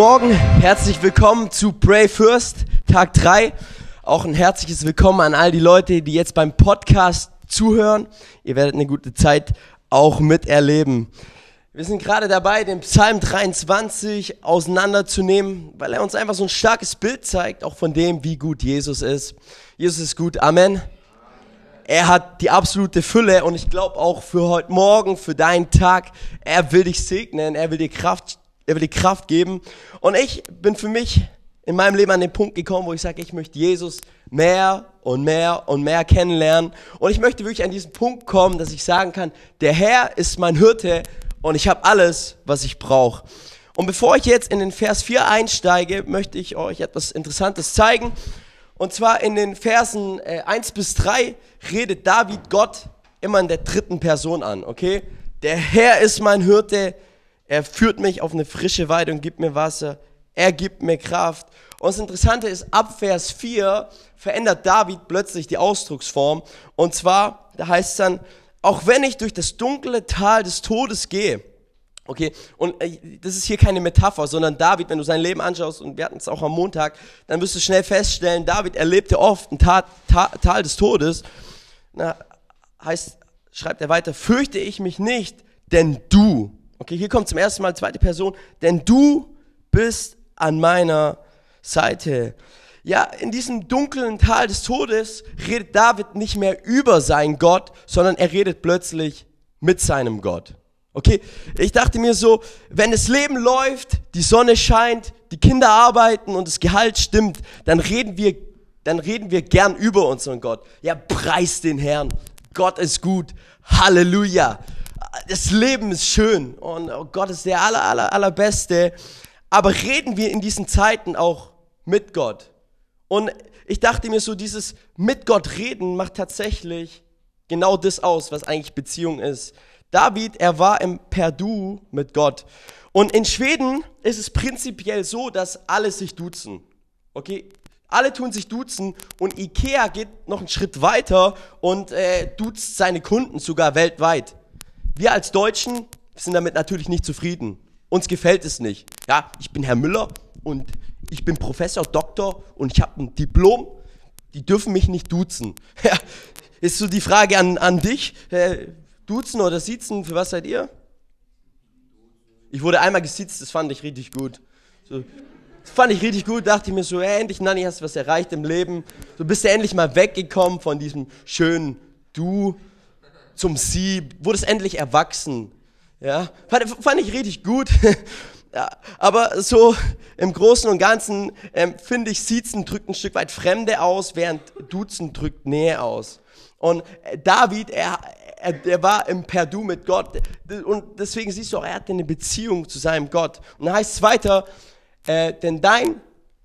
Morgen, herzlich willkommen zu Pray First, Tag 3. Auch ein herzliches Willkommen an all die Leute, die jetzt beim Podcast zuhören. Ihr werdet eine gute Zeit auch miterleben. Wir sind gerade dabei, den Psalm 23 auseinanderzunehmen, weil er uns einfach so ein starkes Bild zeigt, auch von dem, wie gut Jesus ist. Jesus ist gut, Amen. Er hat die absolute Fülle und ich glaube auch für heute Morgen, für deinen Tag, er will dich segnen, er will dir Kraft geben. Und ich bin für mich in meinem Leben an den Punkt gekommen, wo ich sage, ich möchte Jesus mehr und mehr und mehr kennenlernen. Und ich möchte wirklich an diesen Punkt kommen, dass ich sagen kann, der Herr ist mein Hirte und ich habe alles, was ich brauche. Und bevor ich jetzt in den Vers 4 einsteige, möchte ich euch etwas Interessantes zeigen. Und zwar in den Versen 1 bis 3 redet David Gott immer in der dritten Person an, okay? Der Herr ist mein Hirte, er führt mich auf eine frische Weide und gibt mir Wasser, er gibt mir Kraft. Und das Interessante ist, ab Vers 4 verändert David plötzlich die Ausdrucksform. Und zwar, da heißt es dann, auch wenn ich durch das dunkle Tal des Todes gehe. Okay, und das ist hier keine Metapher, sondern David, wenn du sein Leben anschaust, und wir hatten es auch am Montag, dann wirst du schnell feststellen, David erlebte oft ein Tal des Todes. Schreibt er weiter, fürchte ich mich nicht, denn du, okay, hier kommt zum ersten Mal zweite Person, denn du bist an meiner Seite. Ja, in diesem dunklen Tal des Todes redet David nicht mehr über seinen Gott, sondern er redet plötzlich mit seinem Gott. Okay, ich dachte mir so, wenn das Leben läuft, die Sonne scheint, die Kinder arbeiten und das Gehalt stimmt, dann reden wir gern über unseren Gott. Ja, preis den Herrn, Gott ist gut, Halleluja. Das Leben ist schön und Gott ist der allerbeste. Aber reden wir in diesen Zeiten auch mit Gott? Und ich dachte mir so, dieses mit Gott reden macht tatsächlich genau das aus, was eigentlich Beziehung ist. David, er war im Per-Du mit Gott. Und in Schweden ist es prinzipiell so, dass alle sich duzen. Okay? Alle tun sich duzen und Ikea geht noch einen Schritt weiter und duzt seine Kunden sogar weltweit. Wir als Deutschen sind damit natürlich nicht zufrieden. Uns gefällt es nicht. Ja, ich bin Herr Müller und ich bin Professor, Doktor und ich habe ein Diplom. Die dürfen mich nicht duzen. Ja, ist so die Frage an dich. Duzen oder siezen, für was seid ihr? Ich wurde einmal gesiezt, das fand ich richtig gut. So, das fand ich richtig gut, dachte ich mir so, endlich, Nanni, hast du was erreicht im Leben. Du bist ja endlich mal weggekommen von diesem schönen Du zum Sie, wurdest endlich erwachsen. Ja, fand ich richtig gut. Ja, aber so im Großen und Ganzen finde ich, Siezen drückt ein Stück weit Fremde aus, während Duzen drückt Nähe aus. Und David, er war im Per-Du mit Gott und deswegen siehst du auch, er hatte eine Beziehung zu seinem Gott. Und dann heißt es weiter, denn dein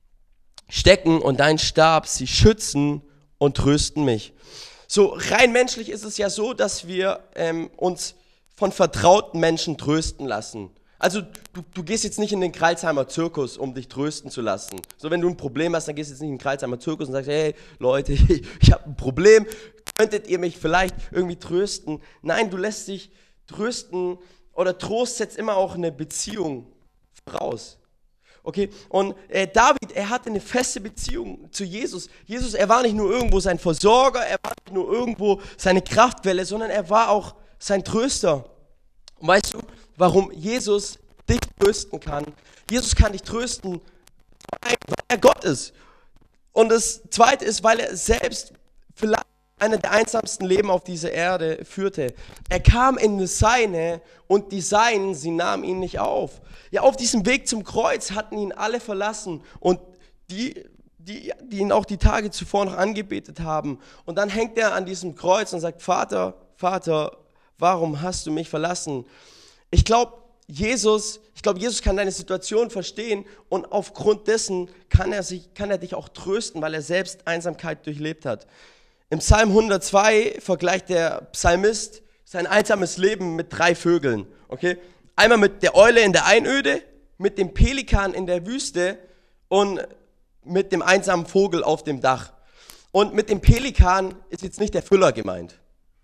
Stecken und dein Stab, sie schützen und trösten mich. So rein menschlich ist es ja so, dass wir uns von vertrauten Menschen trösten lassen. Also du gehst jetzt nicht in den Crailsheimer Zirkus, um dich trösten zu lassen. So, wenn du ein Problem hast, dann gehst du jetzt nicht in den Crailsheimer Zirkus und sagst, hey Leute, ich habe ein Problem, könntet ihr mich vielleicht irgendwie trösten? Nein, du lässt dich trösten oder Trost setzt immer auch eine Beziehung voraus. Okay, und David, er hatte eine feste Beziehung zu Jesus. Jesus, er war nicht nur irgendwo sein Versorger, er war nicht nur irgendwo seine Kraftquelle, sondern er war auch sein Tröster. Und weißt du, warum Jesus dich trösten kann? Jesus kann dich trösten, weil er Gott ist. Und das Zweite ist, weil er selbst vielleicht einer der einsamsten Leben auf dieser Erde führte. Er kam in das Seine und die Seinen, sie nahmen ihn nicht auf. Ja, auf diesem Weg zum Kreuz hatten ihn alle verlassen und die ihn auch die Tage zuvor noch angebetet haben. Und dann hängt er an diesem Kreuz und sagt, Vater, warum hast du mich verlassen? Ich glaube, Jesus kann deine Situation verstehen und aufgrund dessen kann er dich auch trösten, weil er selbst Einsamkeit durchlebt hat. Im Psalm 102 vergleicht der Psalmist sein einsames Leben mit 3 Vögeln. Okay? Einmal mit der Eule in der Einöde, mit dem Pelikan in der Wüste und mit dem einsamen Vogel auf dem Dach. Und mit dem Pelikan ist jetzt nicht der Füller gemeint.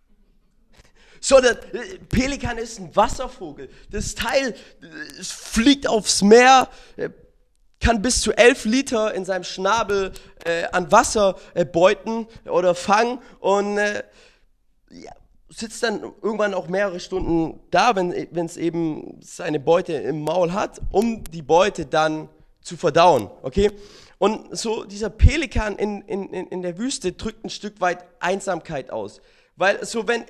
So, der Pelikan ist ein Wasservogel. Das Teil fliegt aufs Meer, kann bis zu 11 Liter in seinem Schnabel an Wasser beuten oder fangen und ja, sitzt dann irgendwann auch mehrere Stunden da, wenn es eben seine Beute im Maul hat, um die Beute dann zu verdauen, okay? Und so dieser Pelikan in der Wüste drückt ein Stück weit Einsamkeit aus. Weil so, wenn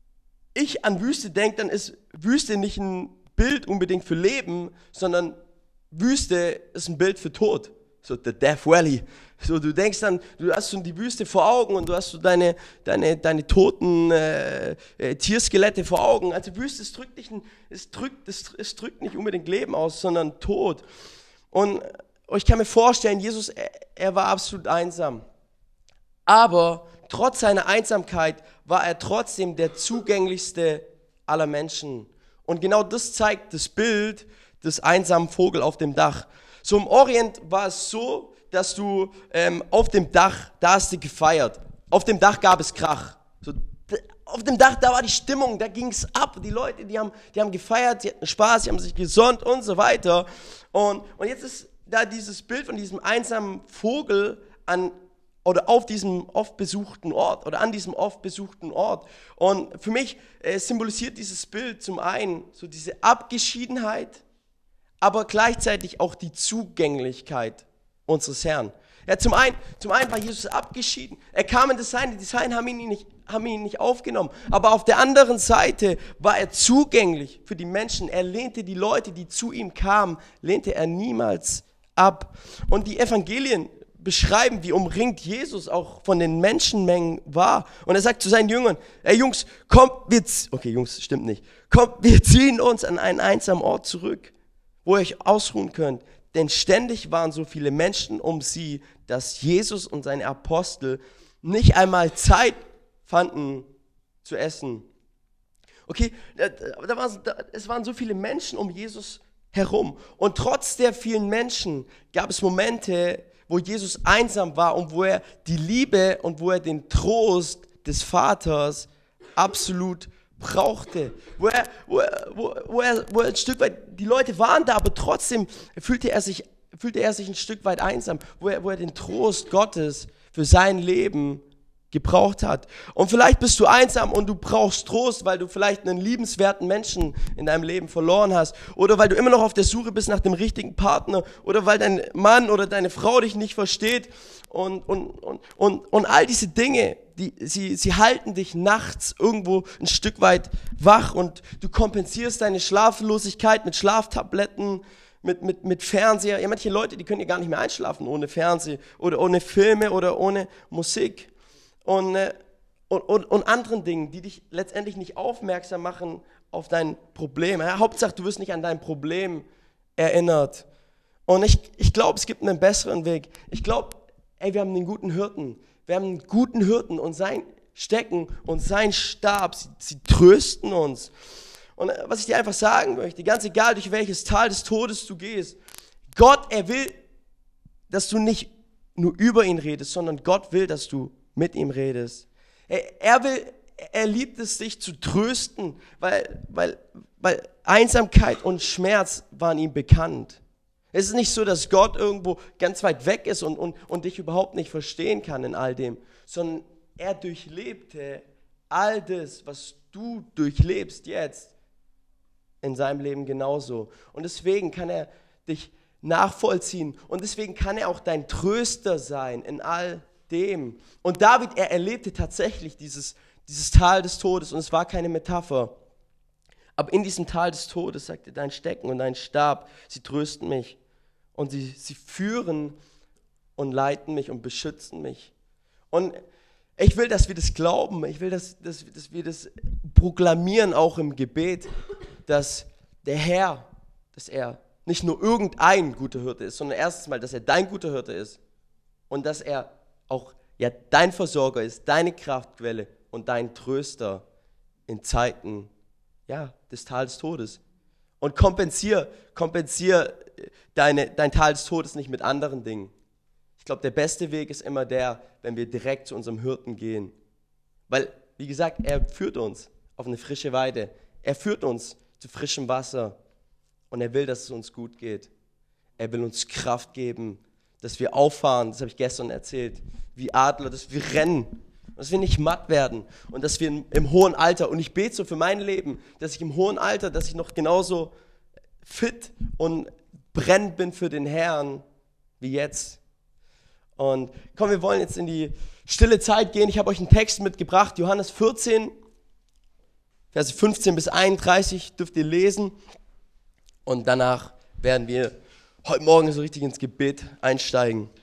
ich an Wüste denke, dann ist Wüste nicht ein Bild unbedingt für Leben, sondern Wüste ist ein Bild für Tod. So the Death Valley. So, du denkst dann, du hast so die Wüste vor Augen und du hast so deine toten Tierskelette vor Augen. Also Wüste, es drückt nicht unbedingt Leben aus, sondern Tod. Und ich kann mir vorstellen, Jesus, er war absolut einsam. Aber trotz seiner Einsamkeit war er trotzdem der zugänglichste aller Menschen. Und genau das zeigt das Bild des einsamen Vogels auf dem Dach. So im Orient war es so, dass du auf dem Dach, da hast du gefeiert. Auf dem Dach gab es Krach. So, auf dem Dach, da war die Stimmung, da ging es ab. Die Leute, die haben gefeiert, sie hatten Spaß, sie haben sich gesonnt und so weiter. Und jetzt ist da dieses Bild von diesem einsamen Vogel auf diesem oft besuchten Ort oder an diesem oft besuchten Ort. Und für mich symbolisiert dieses Bild zum einen so diese Abgeschiedenheit, aber gleichzeitig auch die Zugänglichkeit unseres Herrn. Ja, zum einen war Jesus abgeschieden. Er kam in das Seine, die Seinen haben ihn nicht aufgenommen. Aber auf der anderen Seite war er zugänglich für die Menschen. Er lehnte die Leute, die zu ihm kamen, lehnte er niemals ab. Und die Evangelien beschreiben, wie umringt Jesus auch von den Menschenmengen war. Und er sagt zu seinen Jüngern, ey Jungs, Jungs, stimmt nicht. Kommt, wir ziehen uns an einen einsamen Ort zurück, wo ihr euch ausruhen könnt. Denn ständig waren so viele Menschen um sie, dass Jesus und seine Apostel nicht einmal Zeit fanden zu essen. Okay, es waren so viele Menschen um Jesus herum. Und trotz der vielen Menschen gab es Momente, wo Jesus einsam war und wo er die Liebe und wo er den Trost des Vaters absolut brauchte. Wo er ein Stück weit, die Leute waren da, aber trotzdem fühlte er sich ein Stück weit einsam, wo er den Trost Gottes für sein Leben gebraucht hat. Und vielleicht bist du einsam und du brauchst Trost, weil du vielleicht einen liebenswerten Menschen in deinem Leben verloren hast oder weil du immer noch auf der Suche bist nach dem richtigen Partner oder weil dein Mann oder deine Frau dich nicht versteht und all diese Dinge, sie halten dich nachts irgendwo ein Stück weit wach und du kompensierst deine Schlaflosigkeit mit Schlaftabletten, mit Fernseher. Ja, manche Leute, die können ja gar nicht mehr einschlafen ohne Fernseher oder ohne Filme oder ohne Musik. Und anderen Dingen, die dich letztendlich nicht aufmerksam machen auf dein Problem. Ja, Hauptsache, du wirst nicht an dein Problem erinnert. Und ich glaube, es gibt einen besseren Weg. Ich glaube, wir haben einen guten Hirten. Wir haben einen guten Hirten und sein Stecken und sein Stab, sie trösten uns. Und was ich dir einfach sagen möchte, ganz egal, durch welches Tal des Todes du gehst, Gott, er will, dass du nicht nur über ihn redest, sondern Gott will, dass du mit ihm redest. Er liebt es, dich zu trösten, weil Einsamkeit und Schmerz waren ihm bekannt. Es ist nicht so, dass Gott irgendwo ganz weit weg ist und dich überhaupt nicht verstehen kann in all dem, sondern er durchlebte all das, was du durchlebst jetzt in seinem Leben genauso. Und deswegen kann er dich nachvollziehen und deswegen kann er auch dein Tröster sein in all dem. Und David, er erlebte tatsächlich dieses Tal des Todes und es war keine Metapher. Aber in diesem Tal des Todes sagte dein Stecken und dein Stab, sie trösten mich und sie führen und leiten mich und beschützen mich. Und ich will, dass wir das glauben, ich will, dass wir das proklamieren auch im Gebet, dass der Herr, dass er nicht nur irgendein guter Hirte ist, sondern erstens mal, dass er dein guter Hirte ist und dass er auch dein Versorger ist, deine Kraftquelle und dein Tröster in Zeiten des Tal des Todes. Und kompensier dein Tal des Todes nicht mit anderen Dingen. Ich glaube, der beste Weg ist immer der, wenn wir direkt zu unserem Hirten gehen. Weil, wie gesagt, er führt uns auf eine frische Weide. Er führt uns zu frischem Wasser. Und er will, dass es uns gut geht. Er will uns Kraft geben, dass wir auffahren, das habe ich gestern erzählt, wie Adler, dass wir rennen, dass wir nicht matt werden und dass wir im hohen Alter, und ich bete so für mein Leben, dass ich im hohen Alter, dass ich noch genauso fit und brennend bin für den Herrn wie jetzt. Und komm, wir wollen jetzt in die stille Zeit gehen. Ich habe euch einen Text mitgebracht, Johannes 14, Verse 15 bis 31, dürft ihr lesen. Und danach werden wir heute Morgen so richtig ins Gebet einsteigen.